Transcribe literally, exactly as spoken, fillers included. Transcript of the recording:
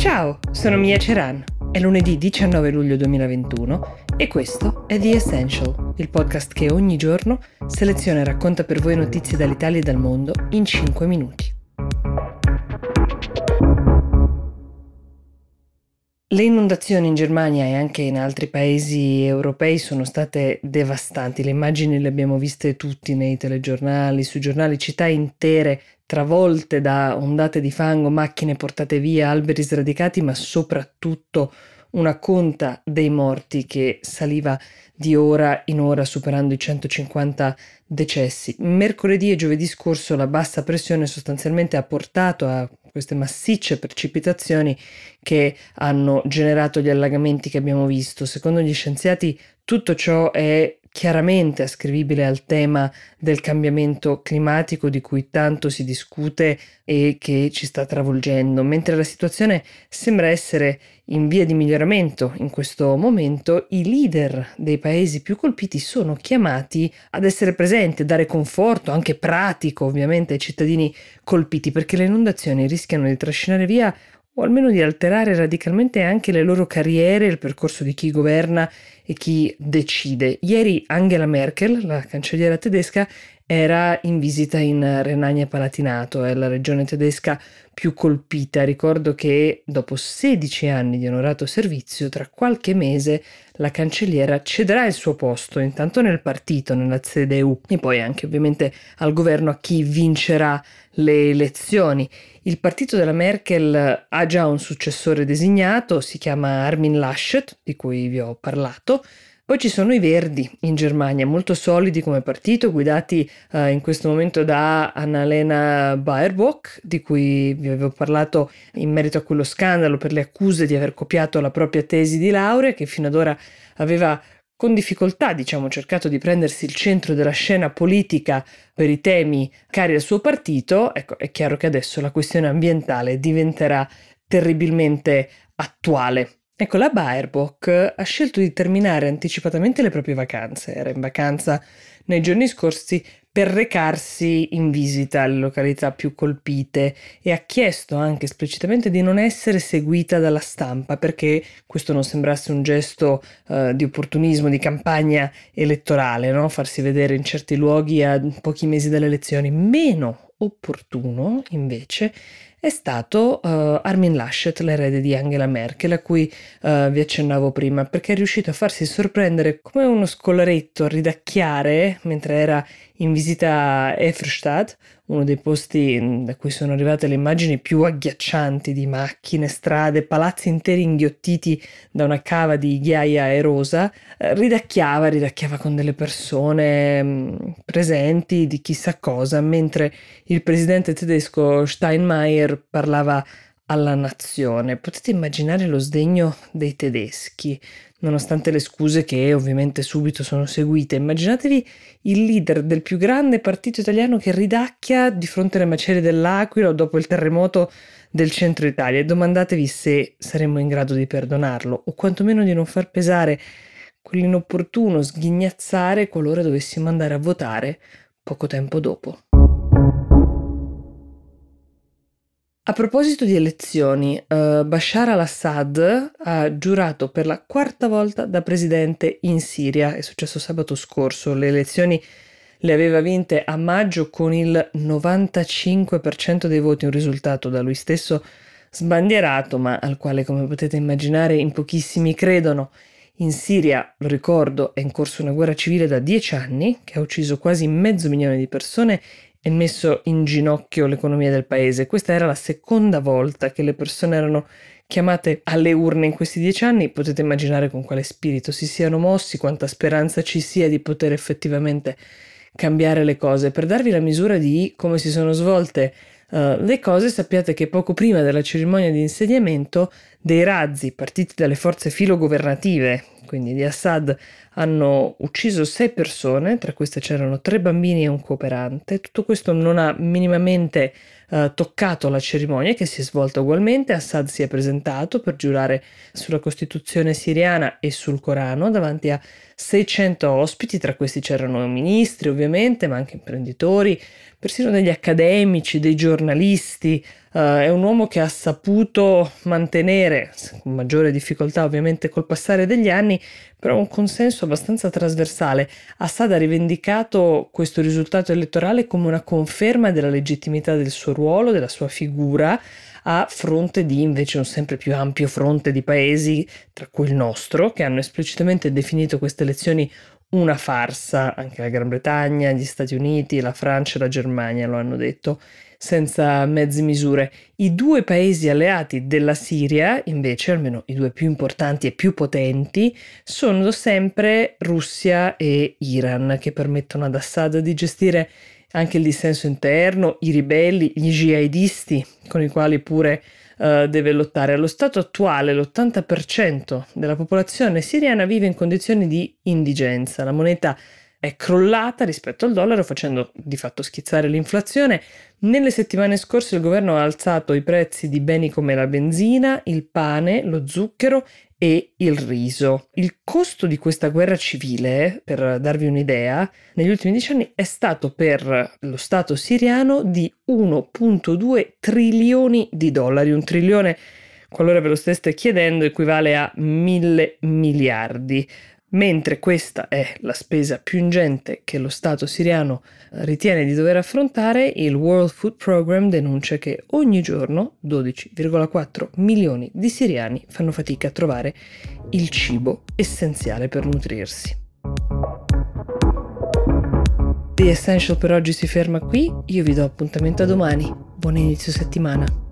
Ciao, sono Mia Ceran. È lunedì diciannove luglio duemilaventuno e questo è The Essential, il podcast che ogni giorno seleziona e racconta per voi notizie dall'Italia e dal mondo in cinque minuti. Le inondazioni in Germania e anche in altri paesi europei sono state devastanti. Le immagini le abbiamo viste tutti nei telegiornali, sui giornali, città intere travolte da ondate di fango, macchine portate via, alberi sradicati, ma soprattutto una conta dei morti che saliva di ora in ora, superando i centocinquanta decessi. Mercoledì e giovedì scorso la bassa pressione sostanzialmente ha portato a queste massicce precipitazioni che hanno generato gli allagamenti che abbiamo visto. Secondo gli scienziati tutto ciò è chiaramente ascrivibile al tema del cambiamento climatico di cui tanto si discute e che ci sta travolgendo. Mentre la situazione sembra essere in via di miglioramento in questo momento, i leader dei paesi più colpiti sono chiamati ad essere presenti, a dare conforto, anche pratico ovviamente, ai cittadini colpiti, perché le inondazioni rischiano di trascinare via o almeno di alterare radicalmente anche le loro carriere, il percorso di chi governa e chi decide. Ieri Angela Merkel, la cancelliera tedesca, era in visita in Renania-Palatinato, è la regione tedesca più colpita. Ricordo che dopo sedici anni di onorato servizio, tra qualche mese la cancelliera cederà il suo posto, intanto nel partito, nella C D U, e poi anche ovviamente al governo a chi vincerà le elezioni. Il partito della Merkel ha già un successore designato, si chiama Armin Laschet, di cui vi ho parlato. Poi ci sono i Verdi in Germania, molto solidi come partito, guidati eh, in questo momento da Annalena Baerbock, di cui vi avevo parlato in merito a quello scandalo per le accuse di aver copiato la propria tesi di laurea, che fino ad ora aveva con difficoltà, diciamo, cercato di prendersi il centro della scena politica per i temi cari al suo partito. Ecco, è chiaro che adesso la questione ambientale diventerà terribilmente attuale. Ecco, la Baerbock ha scelto di terminare anticipatamente le proprie vacanze, era in vacanza nei giorni scorsi per recarsi in visita alle località più colpite e ha chiesto anche esplicitamente di non essere seguita dalla stampa perché questo non sembrasse un gesto uh, di opportunismo, di campagna elettorale, no? Farsi vedere in certi luoghi a pochi mesi dalle elezioni. Meno opportuno, invece, è stato uh, Armin Laschet, l'erede di Angela Merkel, a cui uh, vi accennavo prima, perché è riuscito a farsi sorprendere come uno scolaretto a ridacchiare mentre era in visita a Efrstadt, uno dei posti da cui sono arrivate le immagini più agghiaccianti di macchine, strade, palazzi interi inghiottiti da una cava di ghiaia erosa. Eh, ridacchiava, ridacchiava con delle persone mh, presenti di chissà cosa, mentre il presidente tedesco Steinmeier parlava alla nazione. Potete immaginare lo sdegno dei tedeschi, nonostante le scuse che ovviamente subito sono seguite. Immaginatevi il leader del più grande partito italiano che ridacchia di fronte alle macerie dell'Aquila o dopo il terremoto del centro Italia e domandatevi se saremmo in grado di perdonarlo o quantomeno di non far pesare quell'inopportuno sghignazzare qualora dovessimo andare a votare poco tempo dopo. A proposito di elezioni, uh, Bashar al-Assad ha giurato per la quarta volta da presidente in Siria. È successo sabato scorso. Le elezioni le aveva vinte a maggio con il novantacinque per cento dei voti, un risultato da lui stesso sbandierato, ma al quale, come potete immaginare, in pochissimi credono. In Siria, lo ricordo, è in corso una guerra civile da dieci anni che ha ucciso quasi mezzo milione di persone e messo in ginocchio l'economia del paese. Questa era la seconda volta che le persone erano chiamate alle urne in questi dieci anni. Potete immaginare con quale spirito si siano mossi, quanta speranza ci sia di poter effettivamente cambiare le cose. Per darvi la misura di come si sono svolte uh, le cose, sappiate che poco prima della cerimonia di insediamento dei razzi partiti dalle forze filogovernative, quindi di Assad, hanno ucciso sei persone, tra queste c'erano tre bambini e un cooperante. Tutto questo non ha minimamente eh, toccato la cerimonia, che si è svolta ugualmente. Assad si è presentato per giurare sulla Costituzione siriana e sul Corano davanti a seicento ospiti, tra questi c'erano ministri ovviamente, ma anche imprenditori, persino degli accademici, dei giornalisti. Uh, è un uomo che ha saputo mantenere, con maggiore difficoltà ovviamente col passare degli anni, però un consenso abbastanza trasversale. Assad ha rivendicato questo risultato elettorale come una conferma della legittimità del suo ruolo, della sua figura, a fronte di invece un sempre più ampio fronte di paesi, tra cui il nostro, che hanno esplicitamente definito queste elezioni una farsa. Anche la Gran Bretagna, gli Stati Uniti, la Francia e la Germania lo hanno detto senza mezze misure. I due paesi alleati della Siria, invece, almeno i due più importanti e più potenti, sono sempre Russia e Iran, che permettono ad Assad di gestire anche il dissenso interno, i ribelli, gli jihadisti, con i quali pure uh, deve lottare. Allo stato attuale l'ottanta per cento della popolazione siriana vive in condizioni di indigenza. La moneta è crollata rispetto al dollaro, facendo di fatto schizzare l'inflazione. Nelle settimane scorse il governo ha alzato i prezzi di beni come la benzina, il pane, lo zucchero e il riso. Il costo di questa guerra civile, per darvi un'idea, negli ultimi dieci anni è stato per lo Stato siriano di uno virgola due trilioni di dollari. Un trilione, qualora ve lo steste chiedendo, equivale a mille miliardi. Mentre questa è la spesa più ingente che lo Stato siriano ritiene di dover affrontare, il World Food Programme denuncia che ogni giorno dodici virgola quattro milioni di siriani fanno fatica a trovare il cibo essenziale per nutrirsi. The Essential per oggi si ferma qui, io vi do appuntamento a domani. Buon inizio settimana.